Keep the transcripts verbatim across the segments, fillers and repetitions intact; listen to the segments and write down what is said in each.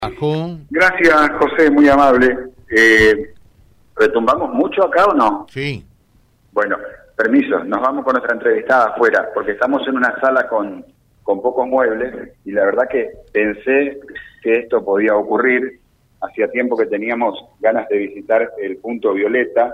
Ajo. Gracias, José, muy amable. Eh, ¿Retumbamos mucho acá o no? Sí. Bueno, permiso, nos vamos con nuestra entrevistada afuera, porque estamos en una sala con, con pocos muebles, y la verdad que pensé que esto podía ocurrir. Hacía tiempo que teníamos ganas de visitar el Punto Violeta,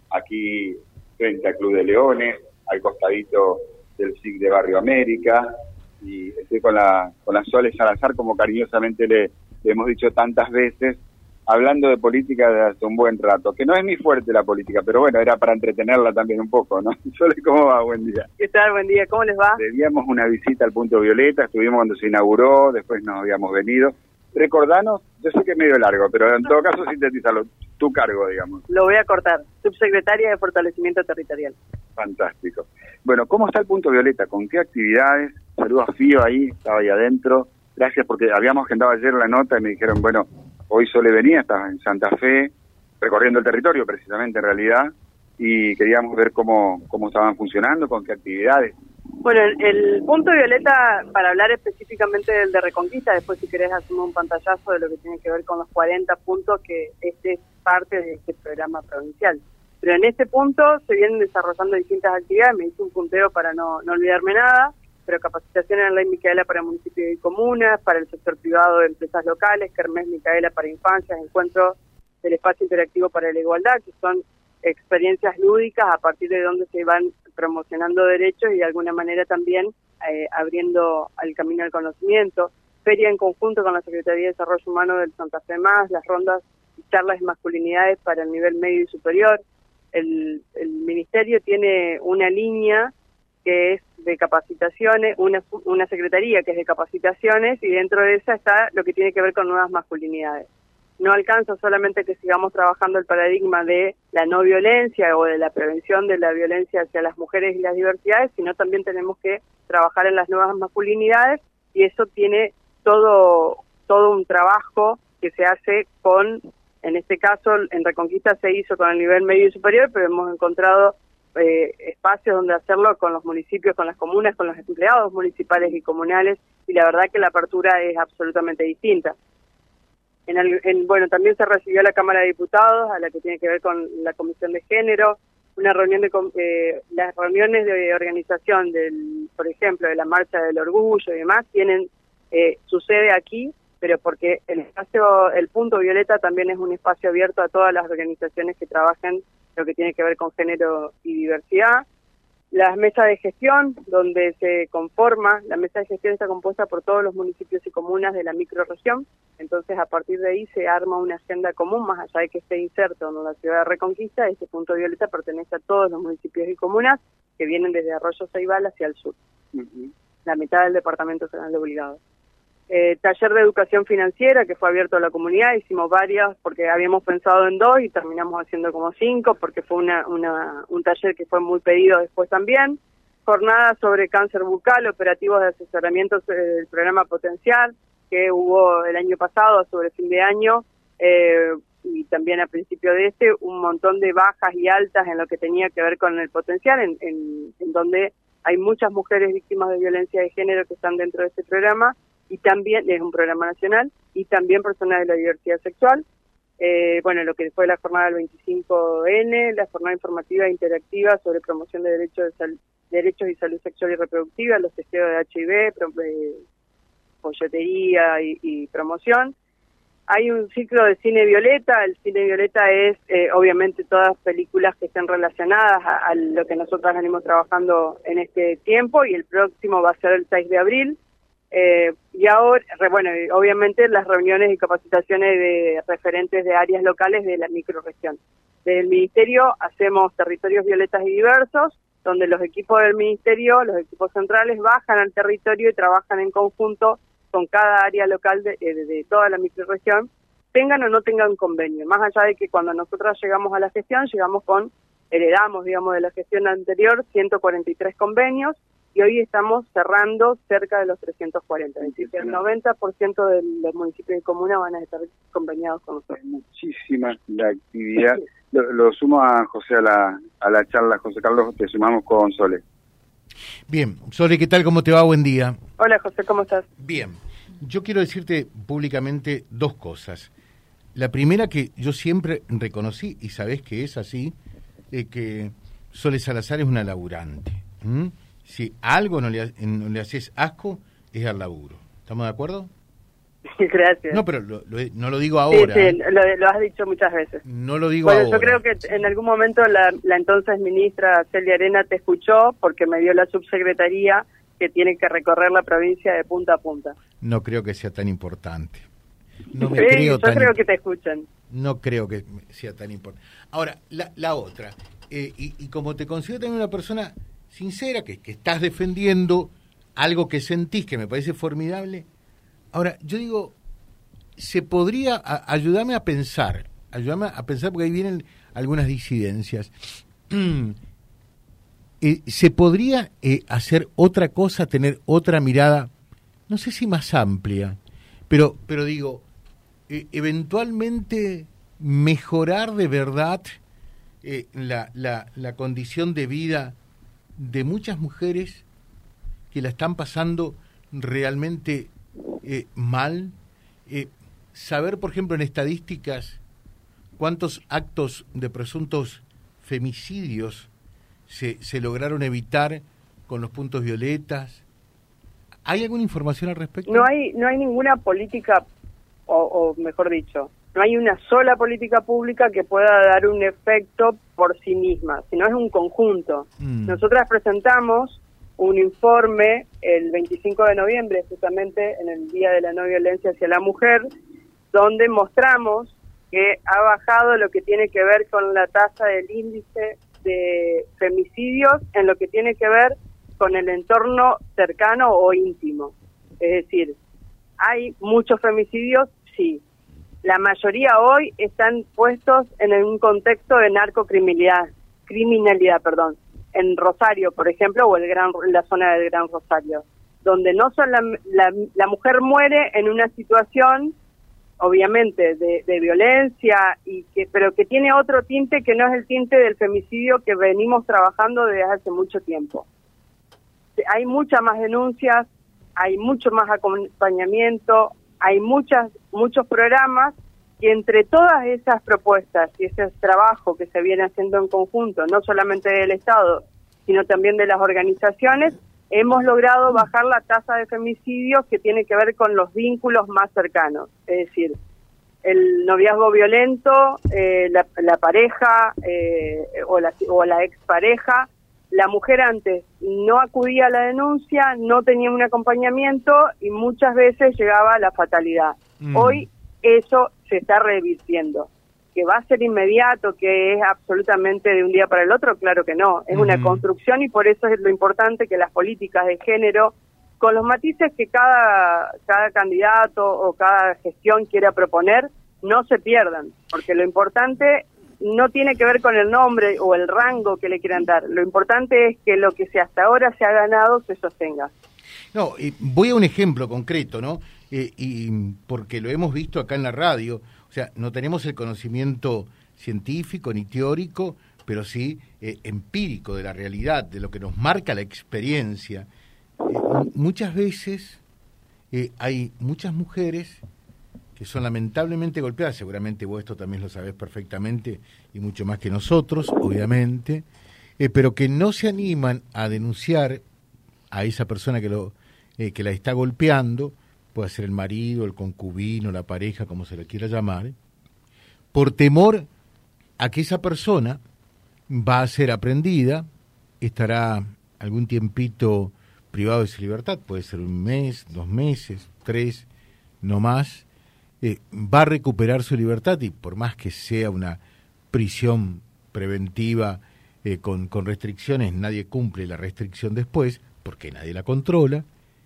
aquí frente al Club de Leones, al costadito del S I C de Barrio América, y estoy con la, con la Sole Salazar, como cariñosamente le... le hemos dicho tantas veces, hablando de política desde hace un buen rato, que no es muy fuerte la política, pero bueno, era para entretenerla también un poco, ¿no? Sole, ¿cómo va? Buen día. ¿Qué tal? Buen día, ¿cómo les va? Debíamos una visita al Punto Violeta, estuvimos cuando se inauguró, después nos habíamos venido. Recordanos, yo sé que es medio largo, pero en todo caso sintetizalo, tu cargo, digamos. Lo voy a cortar, subsecretaria de Fortalecimiento Territorial. Fantástico. Bueno, ¿cómo está el Punto Violeta? ¿Con qué actividades? Saludos a Fío ahí, estaba ahí adentro. Gracias, porque habíamos agendado ayer la nota y me dijeron, bueno, hoy Sole venía, estaba en Santa Fe, recorriendo el territorio precisamente en realidad, y queríamos ver cómo, cómo estaban funcionando, con qué actividades. Bueno, el, el Punto Violeta, para hablar específicamente del de Reconquista, después si querés hacemos un pantallazo de lo que tiene que ver con los cuarenta puntos, que este es parte de este programa provincial. Pero en este punto se vienen desarrollando distintas actividades, me hice un punteo para no, no olvidarme nada, pero capacitación en la ley Micaela para municipios y comunas, para el sector privado de empresas locales, Kermés Micaela para infancias, encuentro del espacio interactivo para la igualdad, que son experiencias lúdicas a partir de donde se van promocionando derechos y de alguna manera también eh, abriendo el camino al conocimiento. Feria en conjunto con la Secretaría de Desarrollo Humano del Santa Fe Más, las rondas y charlas de masculinidades para el nivel medio y superior. El, el Ministerio tiene una línea que es de capacitaciones, una, una secretaría que es de capacitaciones, y dentro de esa está lo que tiene que ver con nuevas masculinidades. No alcanza solamente que sigamos trabajando el paradigma de la no violencia o de la prevención de la violencia hacia las mujeres y las diversidades, sino también tenemos que trabajar en las nuevas masculinidades, y eso tiene todo, todo un trabajo que se hace con, en este caso, en Reconquista se hizo con el nivel medio y superior, pero hemos encontrado Eh, espacios donde hacerlo con los municipios, con las comunas, con los empleados municipales y comunales, y la verdad que la apertura es absolutamente distinta. En el, en, bueno, también se recibió la Cámara de Diputados, a la que tiene que ver con la Comisión de Género, una reunión de eh, las reuniones de organización del, por ejemplo, de la Marcha del Orgullo y demás, tienen eh, su sede aquí, pero porque el espacio, el Punto Violeta también es un espacio abierto a todas las organizaciones que trabajan lo que tiene que ver con género y diversidad. Las mesas de gestión, donde se conforma, la mesa de gestión está compuesta por todos los municipios y comunas de la microrregión, entonces a partir de ahí se arma una agenda común, más allá de que esté inserto en la ciudad de Reconquista. Este Punto Violeta pertenece a todos los municipios y comunas que vienen desde Arroyo Ceibal hacia el sur, uh-huh. La mitad del departamento General de Obligado. Eh, taller de educación financiera que fue abierto a la comunidad, hicimos varias porque habíamos pensado en dos y terminamos haciendo como cinco porque fue una, una un taller que fue muy pedido después también. Jornada sobre cáncer bucal, operativos de asesoramiento del programa Potencial que hubo el año pasado sobre fin de año, eh, y también a principio de este, un montón de bajas y altas en lo que tenía que ver con el Potencial, en, en, en donde hay muchas mujeres víctimas de violencia de género que están dentro de este programa, y también es un programa nacional, y también personas de la diversidad sexual. Eh, bueno, lo que fue la jornada del veinticinco ene, la jornada informativa e interactiva sobre promoción de derechos de sal, derechos y salud sexual y reproductiva, los testeos de hache i ve, pro, eh, folletería y, y promoción. Hay un ciclo de cine violeta. El cine violeta es eh, obviamente todas películas que estén relacionadas a, a lo que nosotros venimos trabajando en este tiempo, y el próximo va a ser el seis de abril. Eh, y ahora, bueno, obviamente las reuniones y capacitaciones de referentes de áreas locales de la microrregión. Desde el Ministerio hacemos territorios violetas y diversos, donde los equipos del Ministerio, los equipos centrales, bajan al territorio y trabajan en conjunto con cada área local de, de, de toda la microrregión, tengan o no tengan convenio. Más allá de que cuando nosotros llegamos a la gestión, llegamos con, heredamos, digamos, de la gestión anterior, ciento cuarenta y tres convenios, y hoy estamos cerrando cerca de los trescientos cuarenta, es decir, que el noventa por ciento de los municipios y comunas van a estar conveniados con nosotros. Muchísima la actividad. Lo, lo sumo a José a la, a la charla. José Carlos, te sumamos con Sole. Bien, Sole, ¿qué tal? ¿Cómo te va? Buen día. Hola, José, ¿cómo estás? Bien. Yo quiero decirte públicamente dos cosas. La primera, que yo siempre reconocí, y sabés que es así, eh, que Sole Salazar es una laburante. ¿Mm? Si algo no le, no le haces asco, es al laburo. ¿Estamos de acuerdo? Gracias. No, pero lo, lo, no lo digo ahora. Sí, sí, lo, lo has dicho muchas veces. No lo digo bueno, ahora. Yo creo que en algún momento la, la entonces ministra Celia Arena te escuchó porque me dio la subsecretaría que tiene que recorrer la provincia de punta a punta. No creo que sea tan importante. No me sí, creo yo tan creo que te escuchan. No creo que sea tan importante. Ahora, la, la otra, eh, y, y como te considero también una persona sincera, que, que estás defendiendo algo que sentís que me parece formidable, ahora, yo digo, se podría, a, ayúdame a pensar, ayúdame a pensar porque ahí vienen algunas disidencias. Eh, ¿Se podría eh, hacer otra cosa, tener otra mirada, no sé si más amplia, pero, pero digo, eh, eventualmente mejorar de verdad eh, la, la, la condición de vida de muchas mujeres que la están pasando realmente eh, mal? Eh, saber, por ejemplo, en estadísticas, cuántos actos de presuntos femicidios Se, se lograron evitar con los puntos violetas. ¿Hay alguna información al respecto? No hay no hay ninguna política, o, o mejor dicho, no hay una sola política pública que pueda dar un efecto por sí misma, sino es un conjunto. Mm. Nosotras presentamos un informe el veinticinco de noviembre, justamente en el Día de la No Violencia hacia la Mujer, donde mostramos que ha bajado lo que tiene que ver con la tasa del índice de femicidios en lo que tiene que ver con el entorno cercano o íntimo. Es decir, hay muchos femicidios, sí. La mayoría hoy están puestos en un contexto de narcocriminalidad, criminalidad, perdón, en Rosario, por ejemplo, o el gran, la zona del Gran Rosario, donde no solo la, la, la mujer muere en una situación obviamente de, de violencia, y que pero que tiene otro tinte que no es el tinte del femicidio que venimos trabajando desde hace mucho tiempo. Hay muchas más denuncias, hay mucho más acompañamiento, hay muchas muchos programas, y entre todas esas propuestas y ese trabajo que se viene haciendo en conjunto, no solamente del Estado, sino también de las organizaciones, hemos logrado bajar la tasa de femicidios que tiene que ver con los vínculos más cercanos, es decir, el noviazgo violento, eh, la, la pareja eh, o la o la expareja. La mujer antes no acudía a la denuncia, no tenía un acompañamiento y muchas veces llegaba a la fatalidad. Mm. Hoy eso se está revirtiendo. ¿Que va a ser inmediato, que es absolutamente de un día para el otro? Claro que no, es uh-huh. una construcción, y por eso es lo importante que las políticas de género, con los matices que cada, cada candidato o cada gestión quiera proponer, no se pierdan, porque lo importante no tiene que ver con el nombre o el rango que le quieran dar, lo importante es que lo que se hasta ahora se ha ganado se sostenga. No, eh, voy a un ejemplo concreto, ¿no? Eh, y porque lo hemos visto acá en la radio. O sea, no tenemos el conocimiento científico ni teórico, pero sí eh, empírico de la realidad, de lo que nos marca la experiencia. Eh, muchas veces eh, hay muchas mujeres que son lamentablemente golpeadas, seguramente vos esto también lo sabés perfectamente, y mucho más que nosotros, obviamente, eh, pero que no se animan a denunciar a esa persona que, lo, eh, que la está golpeando, puede ser el marido, el concubino, la pareja, como se le quiera llamar, por temor a que esa persona va a ser aprendida, estará algún tiempito privado de su libertad, puede ser un mes, dos meses, tres, no más, eh, va a recuperar su libertad, y por más que sea una prisión preventiva eh, con, con restricciones, nadie cumple la restricción después, porque nadie la controla.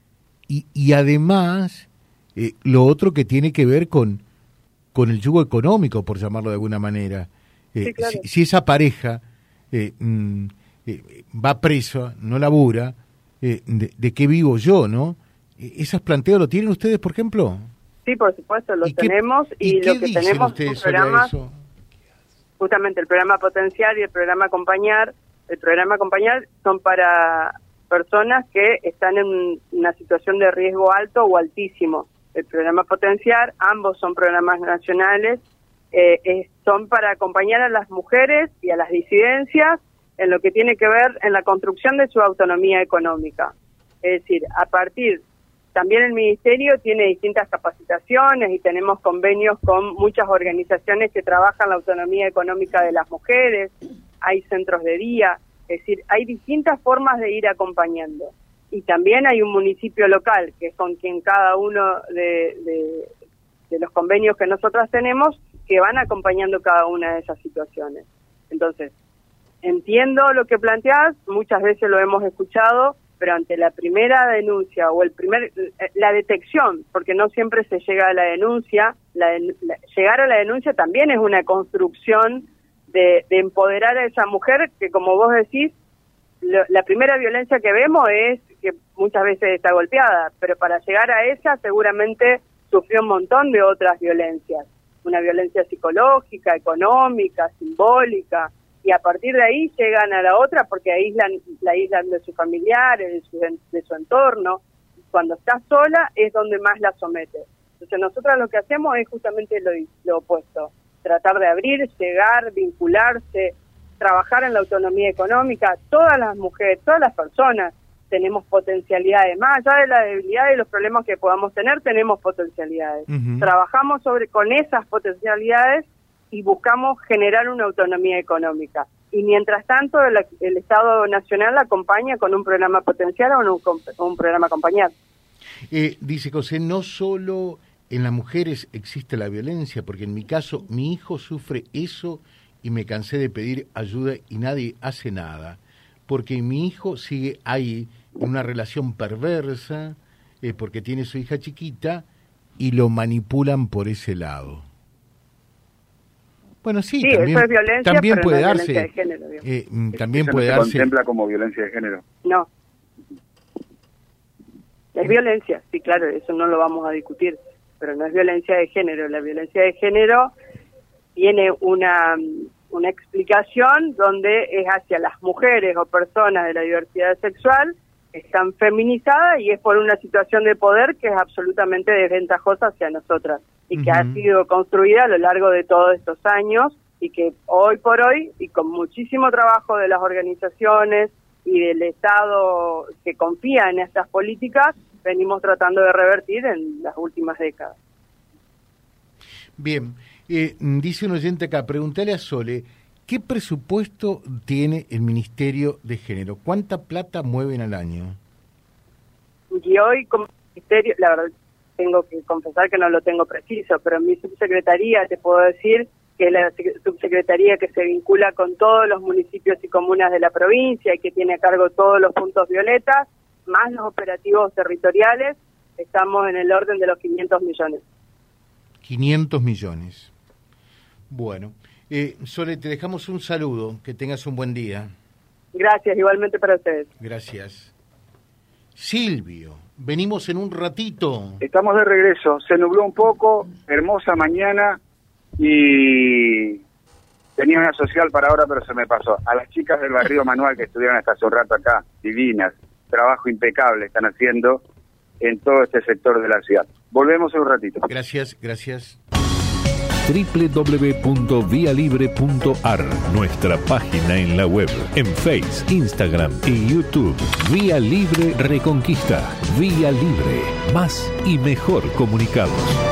Y, y además, eh, lo otro que tiene que ver con, con el yugo económico, por llamarlo de alguna manera. Eh, sí, claro. si, si esa pareja eh, mm, eh, va preso, no labura, eh, de, ¿de qué vivo yo, no? ¿Esos planteos lo tienen ustedes, por ejemplo? Sí, por supuesto, los tenemos, y, ¿y lo que tenemos ustedes son programas, justamente el programa Potenciar y el programa Acompañar. El programa Acompañar son para personas que están en una situación de riesgo alto o altísimo, el programa Potenciar, ambos son programas nacionales, eh, eh, son para acompañar a las mujeres y a las disidencias en lo que tiene que ver en la construcción de su autonomía económica. Es decir, a partir, también el Ministerio tiene distintas capacitaciones y tenemos convenios con muchas organizaciones que trabajan la autonomía económica de las mujeres, hay centros de día, es decir, hay distintas formas de ir acompañando. Y también hay un municipio local, que es con quien cada uno de, de, de los convenios que nosotros tenemos, que van acompañando cada una de esas situaciones. Entonces, entiendo lo que planteás, muchas veces lo hemos escuchado, pero ante la primera denuncia o el primer la detección, porque no siempre se llega a la denuncia, la, la, llegar a la denuncia también es una construcción de, de empoderar a esa mujer que, como vos decís, lo, la primera violencia que vemos es que muchas veces está golpeada, pero para llegar a ella seguramente sufrió un montón de otras violencias, una violencia psicológica, económica, simbólica, y a partir de ahí llegan a la otra porque aíslan, la aíslan de sus familiares, de su, de su entorno. Cuando está sola es donde más la somete. Entonces nosotros lo que hacemos es justamente lo, lo opuesto, tratar de abrir, llegar, vincularse, trabajar en la autonomía económica. Todas las mujeres, todas las personas tenemos potencialidades, más allá de la debilidad y los problemas que podamos tener, tenemos potencialidades. Uh-huh. Trabajamos sobre con esas potencialidades y buscamos generar una autonomía económica. Y mientras tanto, el, el Estado Nacional la acompaña con un programa Potenciar o un, un programa Acompañar. Eh, dice José, no solo en las mujeres existe la violencia, porque en mi caso, mi hijo sufre eso y me cansé de pedir ayuda y nadie hace nada, porque mi hijo sigue ahí en una relación perversa, eh, porque tiene su hija chiquita y lo manipulan por ese lado. Bueno, sí, sí, también, eso es violencia, también pero puede no es darse. Violencia de género, eh, también ¿Eso puede no se darse. contempla como violencia de género? No. Es violencia, sí, claro, eso no lo vamos a discutir, pero no es violencia de género. La violencia de género tiene una, una explicación donde es hacia las mujeres o personas de la diversidad sexual que están feminizadas y es por una situación de poder que es absolutamente desventajosa hacia nosotras y que uh-huh. ha sido construida a lo largo de todos estos años y que hoy por hoy, y con muchísimo trabajo de las organizaciones y del Estado que confía en estas políticas, venimos tratando de revertir en las últimas décadas. Bien, eh, dice un oyente acá, pregúntale a Sole, ¿qué presupuesto tiene el Ministerio de Género? ¿Cuánta plata mueven al año? Y hoy como Ministerio, la verdad, tengo que confesar que no lo tengo preciso, pero en mi subsecretaría te puedo decir que es la subsecretaría que se vincula con todos los municipios y comunas de la provincia y que tiene a cargo todos los puntos violetas, más los operativos territoriales, estamos en el orden de los quinientos millones. quinientos millones. Bueno, eh, Sole, te dejamos un saludo, que tengas un buen día. Gracias, igualmente para ustedes. Gracias. Silvio, venimos en un ratito. Estamos de regreso, se nubló un poco, hermosa mañana y tenía una social para ahora, pero se me pasó. A las chicas del Barrio Manual que estuvieron hasta hace un rato acá, divinas, trabajo impecable están haciendo en todo este sector de la ciudad. Volvemos en un ratito. Gracias, gracias. doble u doble u doble u punto vía libre punto a r, nuestra página en la web, en Facebook, Instagram y YouTube. Vía Libre Reconquista. Vía Libre. Más y mejor comunicados.